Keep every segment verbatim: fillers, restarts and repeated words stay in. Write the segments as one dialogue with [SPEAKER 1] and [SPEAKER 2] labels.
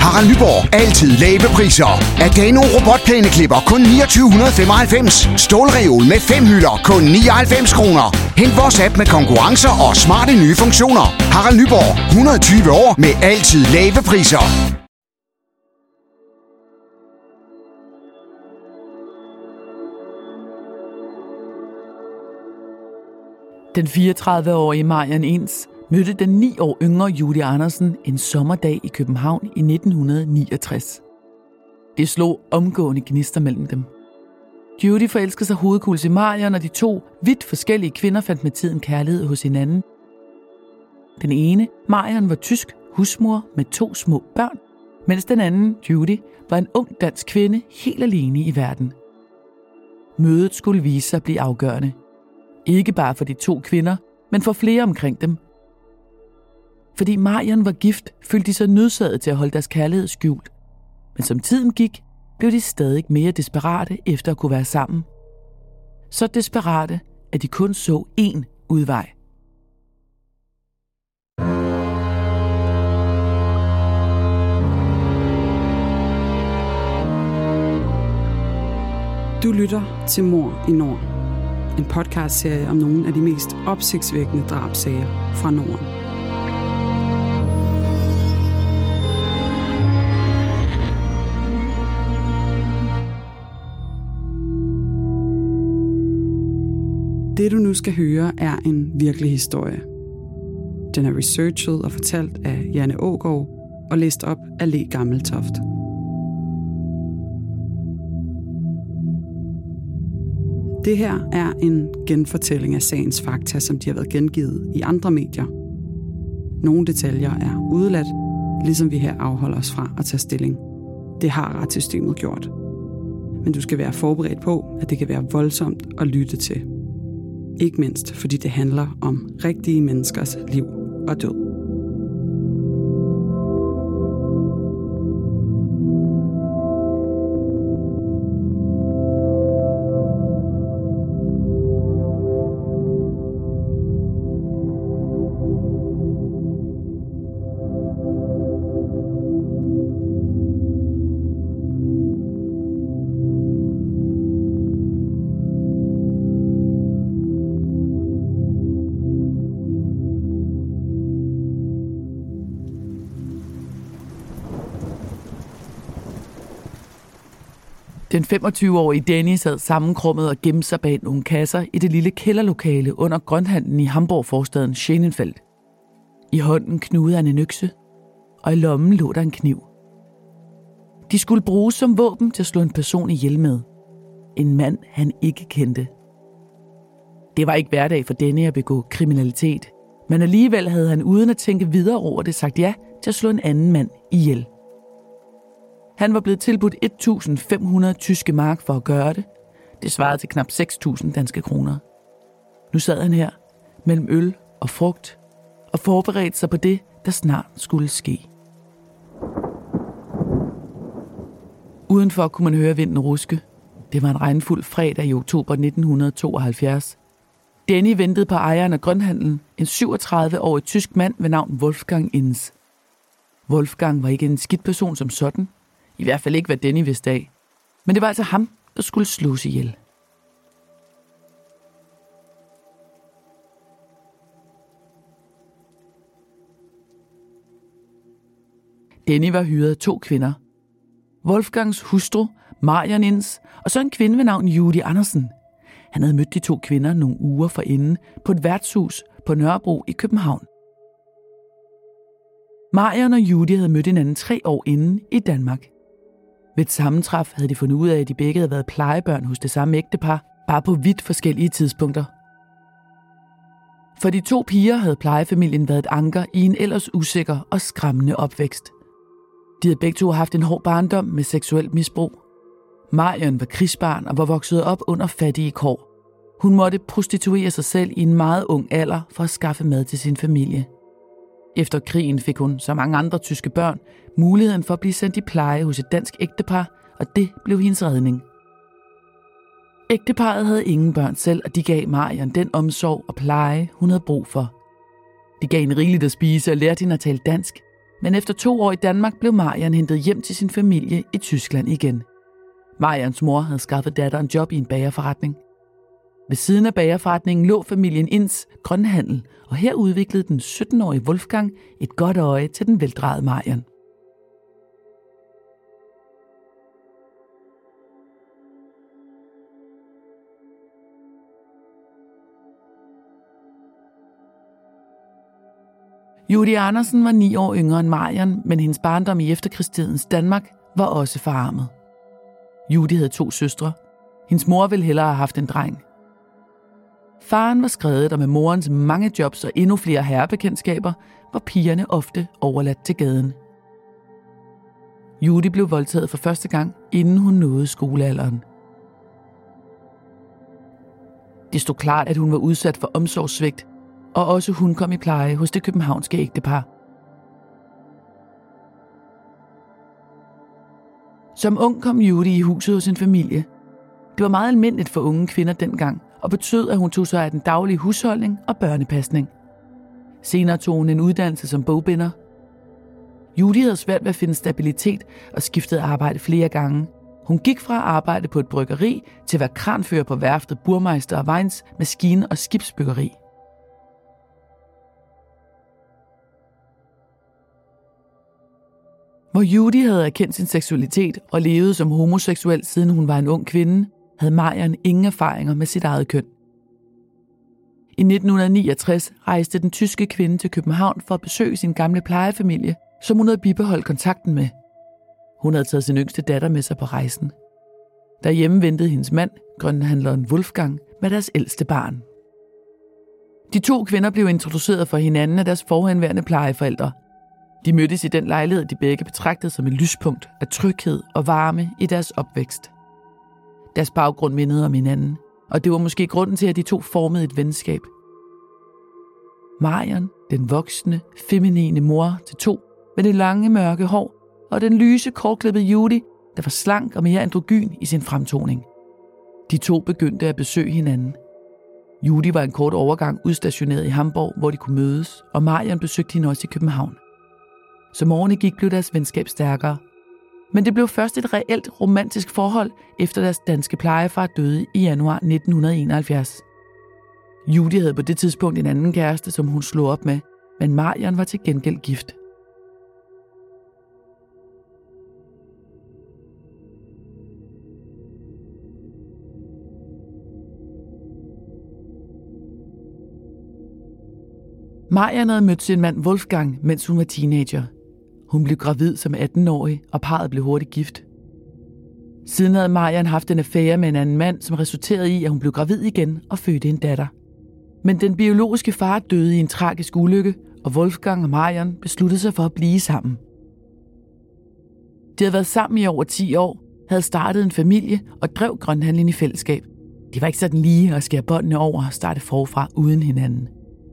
[SPEAKER 1] Harald Nyborg. Altid lave priser. Adano robotplæneklipper kun niogtyve femoghalvfems. Stålreol med fem hylder kun nioghalvfems kroner. Hent vores app med konkurrencer og smarte nye funktioner. Harald Nyborg. hundrede og tyve år med altid lave priser.
[SPEAKER 2] Den fireogtredive-årige Marian Inds mødte den ni år yngre Judy Andersen en sommerdag i København i nitten niogtres. Det slog omgående gnister mellem dem. Judy forelskede sig hovedkuls i Marian, og de to vidt forskellige kvinder fandt med tiden kærlighed hos hinanden. Den ene, Marian, var tysk husmor med to små børn, mens den anden, Judy, var en ung dansk kvinde helt alene i verden. Mødet skulle vise sig at blive afgørende. Ikke bare for de to kvinder, men for flere omkring dem. Fordi Marian var gift, følte de sig nødsaget til at holde deres kærlighed skjult. Men som tiden gik, blev de stadig mere desperate efter at kunne være sammen. Så desperate, at de kun så én udvej.
[SPEAKER 3] Du lytter til Mord i Nord. En podcastserie om nogle af de mest opsigtsvækkende drabssager fra Norden. Det du nu skal høre er en virkelig historie. Den er researchet og fortalt af Janne Aagaard og læst op af Le Gammeltoft. Det her er en genfortælling af sagens fakta, som de har været gengivet i andre medier. Nogle detaljer er udeladt, ligesom vi her afholder os fra at tage stilling. Det har retssystemet gjort. Men du skal være forberedt på, at det kan være voldsomt at lytte til. Ikke mindst, fordi det handler om rigtige menneskers liv og død.
[SPEAKER 2] Den femogtyve-årige Danny sad sammenkrummet og gemte sig bag nogle kasser i det lille kælderlokale under grønthandlen i Hamburg-forstaden Schenenfeldt. I hånden knugede han en økse, og i lommen lå der en kniv. De skulle bruges som våben til at slå en person ihjel med. En mand, han ikke kendte. Det var ikke hverdag for Danny at begå kriminalitet, men alligevel havde han uden at tænke videre over det sagt ja til at slå en anden mand ihjel. Han var blevet tilbudt et tusind fem hundrede tyske mark for at gøre det. Det svarede til knap seks tusind danske kroner. Nu sad han her, mellem øl og frugt, og forberedte sig på det, der snart skulle ske. Udenfor kunne man høre vinden ruske. Det var en regnfuld fredag i oktober nitten tooghalvfjerds. Danny ventede på ejeren af grønthandlen, en syvogtredive-årig tysk mand ved navn Wolfgang Inds. Wolfgang var ikke en skidt person som sådan. I hvert fald ikke, hvad Danny vidste af. Men det var altså ham, der skulle slås ihjel. Danny var hyret af to kvinder. Wolfgangs hustru, Marian Inds, og så en kvinde ved navn Judy Andersen. Han havde mødt de to kvinder nogle uger forinden på et værtshus på Nørrebro i København. Marian og Judy havde mødt hinanden tre år inden i Danmark. Ved et sammentræf havde de fundet ud af, at de begge havde været plejebørn hos det samme ægtepar, bare på vidt forskellige tidspunkter. For de to piger havde plejefamilien været et anker i en ellers usikker og skræmmende opvækst. De havde begge to haft en hård barndom med seksuelt misbrug. Marian var krigsbarn og var vokset op under fattige kår. Hun måtte prostituere sig selv i en meget ung alder for at skaffe mad til sin familie. Efter krigen fik hun, som mange andre tyske børn, muligheden for at blive sendt i pleje hos et dansk ægtepar, og det blev hendes redning. Ægteparret havde ingen børn selv, og de gav Marian den omsorg og pleje, hun havde brug for. De gav hende rigeligt at spise og lærte hende at tale dansk, Men efter to år i Danmark blev Marian hentet hjem til sin familie i Tyskland igen. Marians mor havde skaffet datteren job i en bagerforretning. Ved siden af bagerforretningen lå familien Inds grønhandel, og her udviklede den sytten-årige Wolfgang et godt øje til den veldrejede Marian. Judy Andersen var ni år yngre end Marian, men hendes barndom i efterkrigstidens Danmark var også forarmet. Judy havde to søstre. Hendes mor ville hellere have haft en dreng. Faren var skredet, og med morens mange jobs og endnu flere herrebekendtskaber, var pigerne ofte overladt til gaden. Judy blev voldtaget for første gang, inden hun nåede skolealderen. Det stod klart, at hun var udsat for omsorgssvigt, og også hun kom i pleje hos det københavnske ægtepar. Som ung kom Judy i huset hos sin familie. Det var meget almindeligt for unge kvinder dengang, og betød, at hun tog sig af den daglige husholdning og børnepasning. Senere tog hun en uddannelse som bogbinder. Judy havde svært ved at finde stabilitet og skiftede arbejde flere gange. Hun gik fra at arbejde på et bryggeri til at være kranfører på værftet Burmeister og Weins maskine- og skibsbyggeri. Hvor Judy havde erkendt sin seksualitet og levet som homoseksuel, siden hun var en ung kvinde, havde Marian ingen erfaringer med sit eget køn. I nitten niogtres rejste den tyske kvinde til København for at besøge sin gamle plejefamilie, som hun havde bibeholdt kontakten med. Hun havde taget sin yngste datter med sig på rejsen. Derhjemme ventede hendes mand, grønhandleren Wolfgang, med deres ældste barn. De to kvinder blev introduceret for hinanden af deres forhenværende plejeforældre. De mødtes i den lejlighed, de begge betragtede som et lyspunkt af tryghed og varme i deres opvækst. Deres baggrund mindede om hinanden, og det var måske grunden til, at de to formede et venskab. Marian, den voksne, feminine mor til to, med det lange, mørke hår, og den lyse, kortklippede Judy, der var slank og mere androgyn i sin fremtoning. De to begyndte at besøge hinanden. Judy var en kort overgang udstationeret i Hamburg, hvor de kunne mødes, og Marian besøgte hende også i København. Som årene gik, blev deres venskab stærkere. Men det blev først et reelt romantisk forhold, efter deres danske plejefar døde i januar nitten enoghalvfjerds. Judy havde på det tidspunkt en anden kæreste, som hun slog op med, men Marian var til gengæld gift. Marian havde mødt sin mand Wolfgang, mens hun var teenager. Hun blev gravid som atten-årig, og parret blev hurtigt gift. Siden havde Marian haft en affære med en anden mand, som resulterede i, at hun blev gravid igen og fødte en datter. Men den biologiske far døde i en tragisk ulykke, og Wolfgang og Marian besluttede sig for at blive sammen. De havde været sammen i over ti år, havde startet en familie og drev grønhandlen i fællesskab. Det var ikke sådan lige at skære båndene over og starte forfra uden hinanden.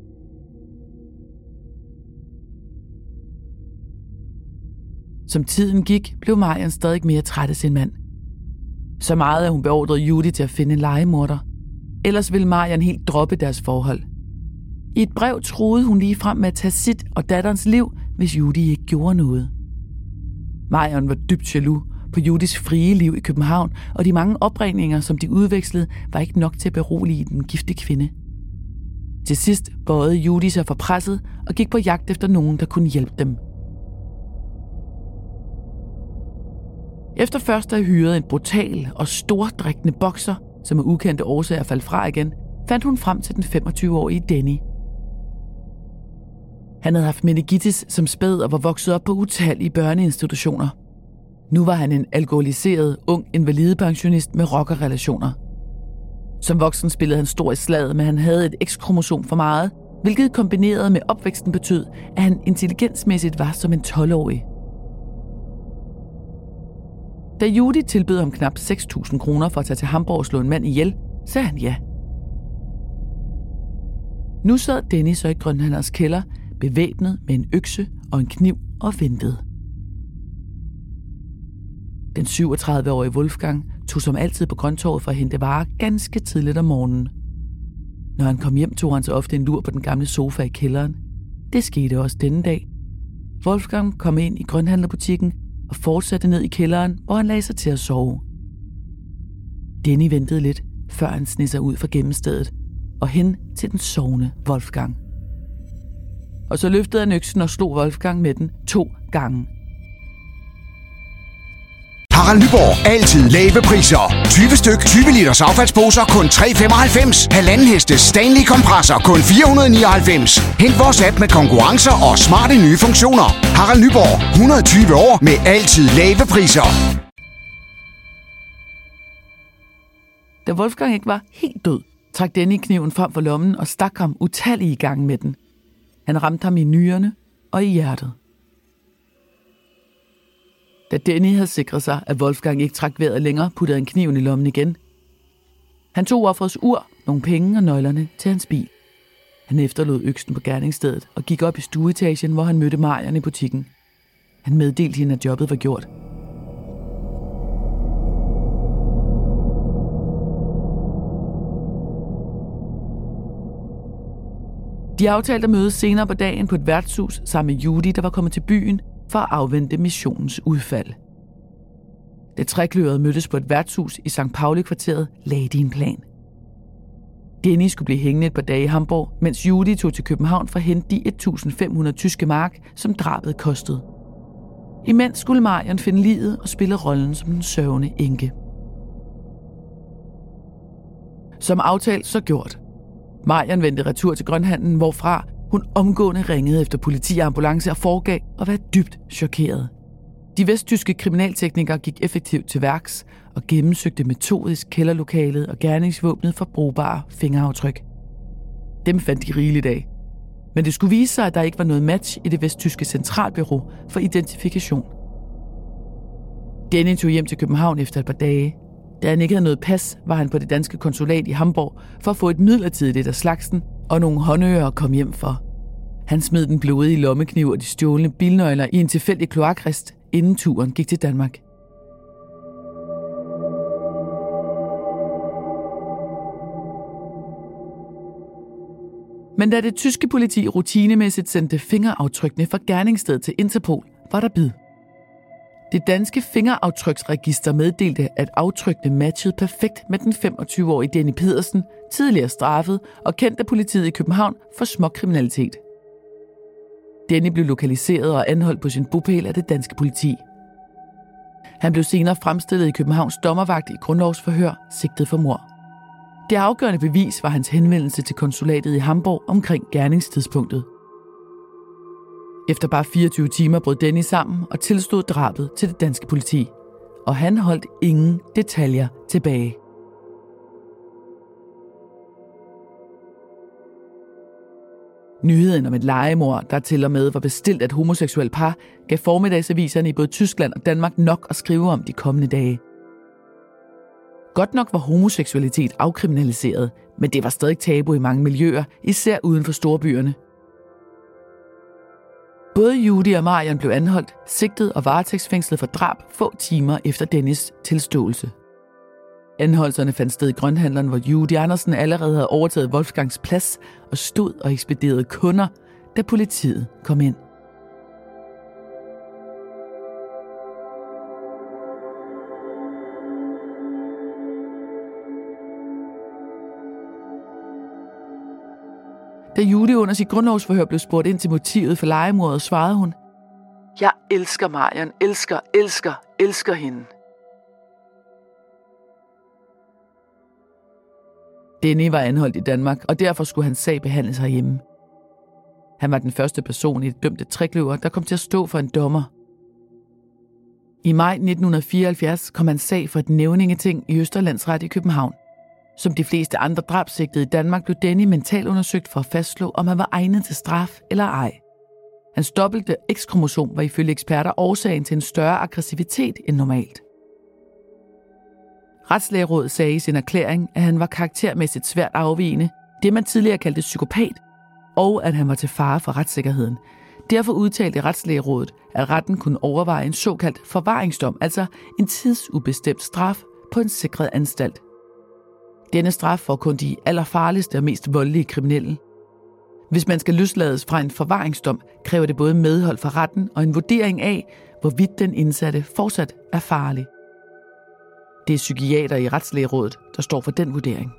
[SPEAKER 2] Som tiden gik, blev Marian stadig mere træt af sin mand. Så meget, at hun beordrede Judy til at finde en lejemorder. Ellers ville Marian helt droppe deres forhold. I et brev troede hun lige frem med at tage sit og datterens liv, hvis Judy ikke gjorde noget. Marian var dybt jaloux på Judys frie liv i København, og de mange opringninger, som de udvekslede, var ikke nok til at berolige den gifte kvinde. Til sidst bøjede Judy sig for presset og gik på jagt efter nogen, der kunne hjælpe dem. Efter først at have hyret en brutal og stordrikkende bokser, som af ukendte årsager faldt fra igen, fandt hun frem til den femogtyve-årige Denny. Han havde haft meningitis som spæd og var vokset op på utallige børneinstitutioner. Nu var han en alkoholiseret, ung invalidepensionist med rockerrelationer. Som voksen spillede han stor i slaget, men han havde et X-kromosom for meget, hvilket kombineret med opvæksten betød, at han intelligensmæssigt var som en tolv-årig. Da Judy tilbød ham knap seks tusind kroner for at tage til Hamburg og slå en mand ihjel, sagde han ja. Nu sad Denny så i grønhandlers kælder, bevæbnet med en økse og en kniv og ventede. Den syvogtredive-årige Wolfgang tog som altid på grønttorvet for at hente varer ganske tidligt om morgenen. Når han kom hjem, tog han så ofte en lur på den gamle sofa i kælderen. Det skete også denne dag. Wolfgang kom ind i grønthandlerbutikken og fortsatte ned i kælderen, hvor han lagde sig til at sove. Denny ventede lidt, før han sneg sig ud fra gemmestedet og hen til den sovende Wolfgang. Og så løftede han øksen og slog Wolfgang med den to gange.
[SPEAKER 1] Harald Nyborg. Altid lave priser. tyve styk, tyve liters affaldsposer kun tre komma femoghalvfems. Halvanden heste Stanley kompresser kun fire hundrede og nioghalvfems. Hent vores app med konkurrencer og smarte nye funktioner. Harald Nyborg. et hundrede og tyve år med altid lave priser.
[SPEAKER 2] Da Wolfgang ikke var helt død, trak Denny kniven frem for lommen og stak ham utallige gange med den. Han ramte ham i nyrerne og i hjertet. Da Denny havde sikret sig, at Wolfgang ikke trak vejret længere, puttede han kniven i lommen igen. Han tog offerets ur, nogle penge og nøglerne til hans bil. Han efterlod øksen på gerningsstedet og gik op i stueetagen, hvor han mødte Marian i butikken. Han meddelte hende, at jobbet var gjort. De aftalte at mødes senere på dagen på et værtshus sammen med Judy, der var kommet til byen for at afvente missionens udfald. Da trekløveret mødtes på et værtshus i Sankt Pauli-kvarteret, lagde de en plan. Denny skulle blive hængende et par dage i Hamburg, mens Judy tog til København for at hente de et tusind fem hundrede tyske mark, som drabet kostede. Imens skulle Marian finde liget og spille rollen som den sørgende enke. Som aftalt, så gjort. Marian vendte retur til grønthandlen, hvorfra hun omgående ringede efter politi og ambulance og foregav at være dybt chokeret. De vesttyske kriminalteknikere gik effektivt til værks og gennemsøgte metodisk kælderlokalet og gerningsvåbnet for brugbare fingeraftryk. Dem fandt de rigeligt af. Men det skulle vise sig, at der ikke var noget match i det vesttyske centralbureau for identifikation. Denny tog hjem til København efter et par dage. Da han ikke havde noget pas, var han på det danske konsulat i Hamburg for at få et midlertidigt et af slagsen og nogle håndører at komme hjem for. Han smed den blodige lommekniv og de stjålne bilnøgler i en tilfældig kloakrist, inden turen gik til Danmark. Men da det tyske politi rutinemæssigt sendte fingeraftrykkene fra gerningsstedet til Interpol, var der bid. Det danske fingeraftryksregister meddelte, at aftrykkene matchede perfekt med den femogtyve-årige Denny Pedersen, tidligere straffet og kendt af politiet i København for småkriminalitet. Denny blev lokaliseret og anholdt på sin bopæl af det danske politi. Han blev senere fremstillet i Københavns dommervagt i grundlovsforhør, sigtet for mord. Det afgørende bevis var hans henvendelse til konsulatet i Hamburg omkring gerningstidspunktet. Efter bare fireogtyve timer brød Denny sammen og tilstod drabet til det danske politi. Og han holdt ingen detaljer tilbage. Nyheden om et legemord, der til og med var bestilt af et homoseksuelt par, gav formiddagsaviserne i både Tyskland og Danmark nok at skrive om de kommende dage. Godt nok var homoseksualitet afkriminaliseret, men det var stadig tabu i mange miljøer, især uden for storbyerne. Både Judy og Marian blev anholdt, sigtet og varetægtsfængslet for drab få timer efter Dennys tilståelse. Anholdelserne fandt sted i grønthandleren, hvor Judy Andersen allerede havde overtaget Wolfgangs plads og stod og ekspederede kunder, da politiet kom ind. Da Judy under sit grundlovsforhør blev spurgt ind til motivet for legemordet, svarede hun: "Jeg elsker Marian, elsker, elsker, elsker hende." Denny var anholdt i Danmark, og derfor skulle hans sag behandles herhjemme. Han var den første person i det dømte trekløver, der kom til at stå for en dommer. I maj nitten fireoghalvfjerds kom hans sag for et nævningeting i Østerlandsret i København. Som de fleste andre drabsigtede i Danmark blev Denny mentalundersøgt for at fastslå, om han var egnet til straf eller ej. Hans dobbelte X-kromosom var ifølge eksperter årsagen til en større aggressivitet end normalt. Retslægerådet sagde i sin erklæring, at han var karaktermæssigt svært afvigende, det man tidligere kaldte psykopat, og at han var til fare for retssikkerheden. Derfor udtalte Retslægerådet, at retten kunne overveje en såkaldt forvaringsdom, altså en tidsubestemt straf på en sikret anstalt. Denne straf får kun de allerfarligste og mest voldelige kriminelle. Hvis man skal løslades fra en forvaringsdom, kræver det både medhold fra retten og en vurdering af, hvorvidt den indsatte fortsat er farlig. Det er psykiater i Retslægerådet, der står for den vurdering.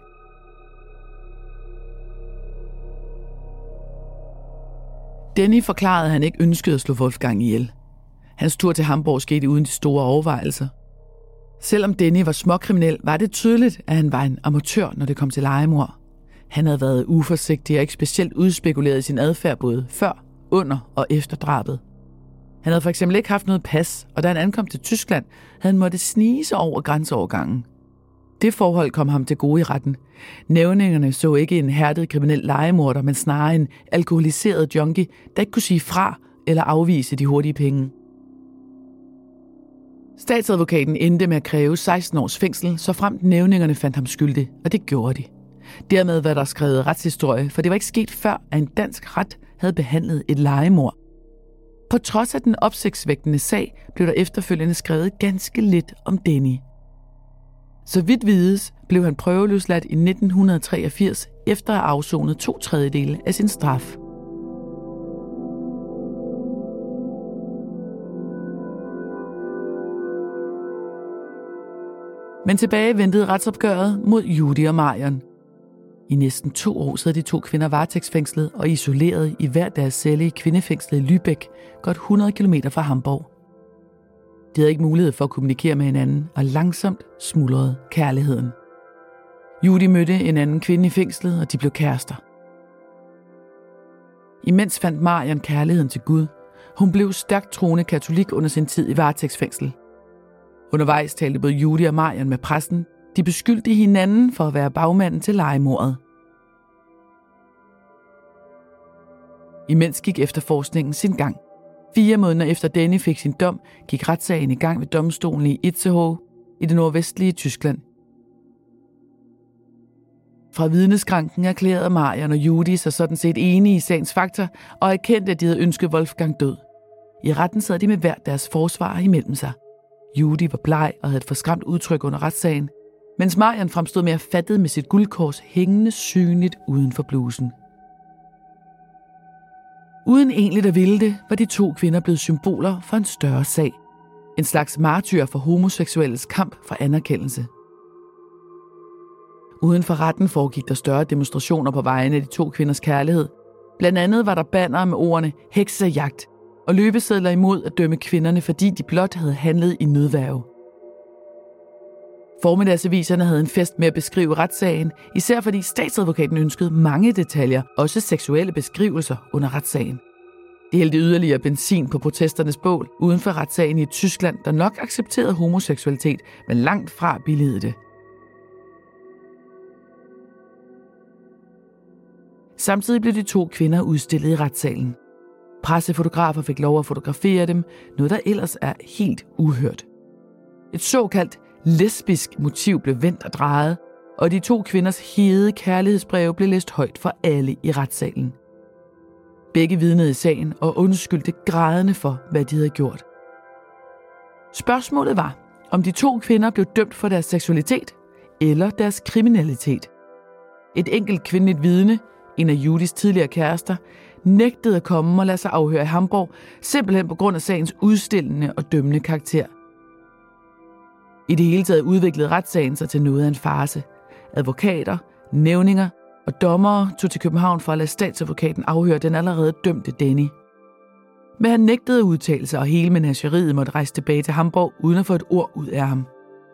[SPEAKER 2] Denny forklarede, at han ikke ønskede at slå Wolfgang ihjel. Hans tur til Hamborg skete uden de store overvejelser. Selvom Denny var småkriminel, var det tydeligt, at han var en amatør, når det kom til lejemord. Han havde været uforsigtig og ikke specielt udspekuleret i sin adfærd både før, under og efter drabet. Han havde for eksempel ikke haft noget pas, og da han ankom til Tyskland, havde han måttet snige sig over grænseovergangen. Det forhold kom ham til gode i retten. Nævningerne så ikke en hærdet kriminel lejemorder, men snarere en alkoholiseret junkie, der ikke kunne sige fra eller afvise de hurtige penge. Statsadvokaten endte med at kræve seksten års fængsel, så fremt nævningerne fandt ham skyldig, og det gjorde de. Dermed var der skrevet retshistorie, for det var ikke sket før, at en dansk ret havde behandlet et lejemord. På trods af den opsigtsvækkende sag, blev der efterfølgende skrevet ganske lidt om Denny. Så vidt vides, blev han prøveløsladt i nitten treogfirs efter at have afsonet to tredjedele af sin straf. Men tilbage ventede retsopgøret mod Judy og Marion. I næsten to år sad de to kvinder varetægtsfængslet og isoleret i hver deres celle i kvindefængslet i Lübeck, godt hundrede kilometer fra Hamborg. De havde ikke mulighed for at kommunikere med hinanden, og langsomt smuldrede kærligheden. Judy mødte en anden kvinde i fængslet, og de blev kærester. Imens fandt Marion kærligheden til Gud. Hun blev stærkt troende katolik under sin tid i varetægtsfængsel. Undervejs talte både Judy og Marion med præsten. De beskyldte hinanden for at være bagmanden til lejemordet. Imens gik efterforskningen sin gang. Fire måneder efter Denny fik sin dom, gik retssagen i gang ved domstolen i Itzehoe i det nordvestlige Tyskland. Fra vidneskranken erklærede Marion og Judy sig sådan set enige i sagens fakta og erkendte, at de havde ønsket Wolfgang død. I retten sad de med hver deres forsvar imellem sig. Judy var bleg og havde et forskræmt udtryk under retssagen, mens Marion fremstod mere fattet med sit guldkors hængende synligt uden for blusen. Uden egentlig at ville det, var de to kvinder blevet symboler for en større sag. En slags martyr for homoseksuelles kamp for anerkendelse. Uden for retten foregik der større demonstrationer på vegne af de to kvinders kærlighed. Blandt andet var der bannere med ordene heksejagt og løbesedler imod at dømme kvinderne, fordi de blot havde handlet i nødværge. Formiddagsaviserne havde en fest med at beskrive retssagen, især fordi statsadvokaten ønskede mange detaljer, også seksuelle beskrivelser under retssagen. Det hældte yderligere benzin på protesternes bål uden for retssagen i Tyskland, der nok accepterede homoseksualitet, men langt fra billigede det. Samtidig blev de to kvinder udstillet i retssalen. Pressefotografer fik lov at fotografere dem, noget der ellers er helt uhørt. Et såkaldt lesbisk motiv blev vendt og drejet, og de to kvinders hede kærlighedsbreve blev læst højt for alle i retssalen. Begge vidnede i sagen og undskyldte grædende for, hvad de havde gjort. Spørgsmålet var, om de to kvinder blev dømt for deres seksualitet eller deres kriminalitet. Et enkelt kvindeligt vidne, en af Judys tidligere kærester, nægtede at komme og lade sig afhøre i Hamborg, simpelthen på grund af sagens udstillende og dømmende karakter. I det hele taget udviklede retssagen sig til noget af en farce. Advokater, nævninger og dommere tog til København for at lade statsadvokaten afhøre den allerede dømte Denny. Men han nægtede at udtale sig, og hele menageriet måtte rejse tilbage til Hamborg uden at få et ord ud af ham.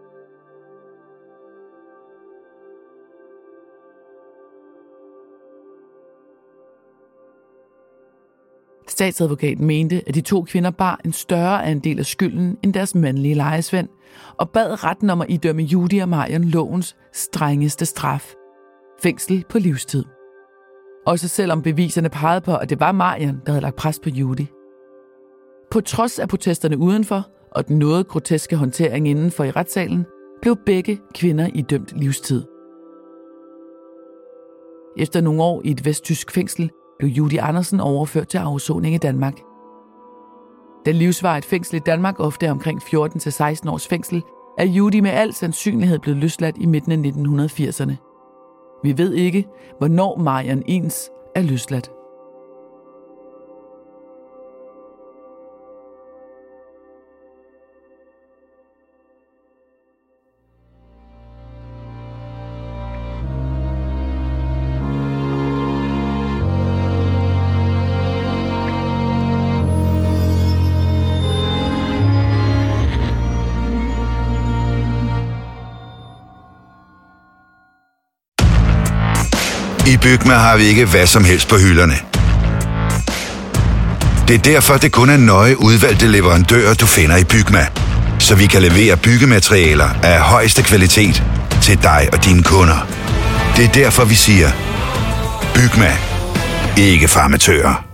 [SPEAKER 2] Statsadvokaten mente, at de to kvinder bar en større andel af skylden end deres mandlige lejesvend, og bad retten om at idømme Judy og Marion lovens strengeste straf. Fængsel på livstid. Også selvom beviserne pegede på, at det var Marion, der havde lagt pres på Judy. På trods af protesterne udenfor og den noget groteske håndtering indenfor i retssalen, blev begge kvinder idømt livstid. Efter nogle år i et vesttysk fængsel, blev Judy Andersen overført til afsoning i Danmark. Den livsvarigt fængsel i Danmark, ofte omkring fjorten til seksten års fængsel, er Judy med al sandsynlighed blevet løsladt i midten af nitten firserne. Vi ved ikke, hvornår Marion Ens er løsladt.
[SPEAKER 4] I Bygma har vi ikke hvad som helst på hylderne. Det er derfor, det kun er nøje udvalgte leverandører, du finder i Bygma. Så vi kan levere byggematerialer af højeste kvalitet til dig og dine kunder. Det er derfor, vi siger, Bygma. Ikke farmatører.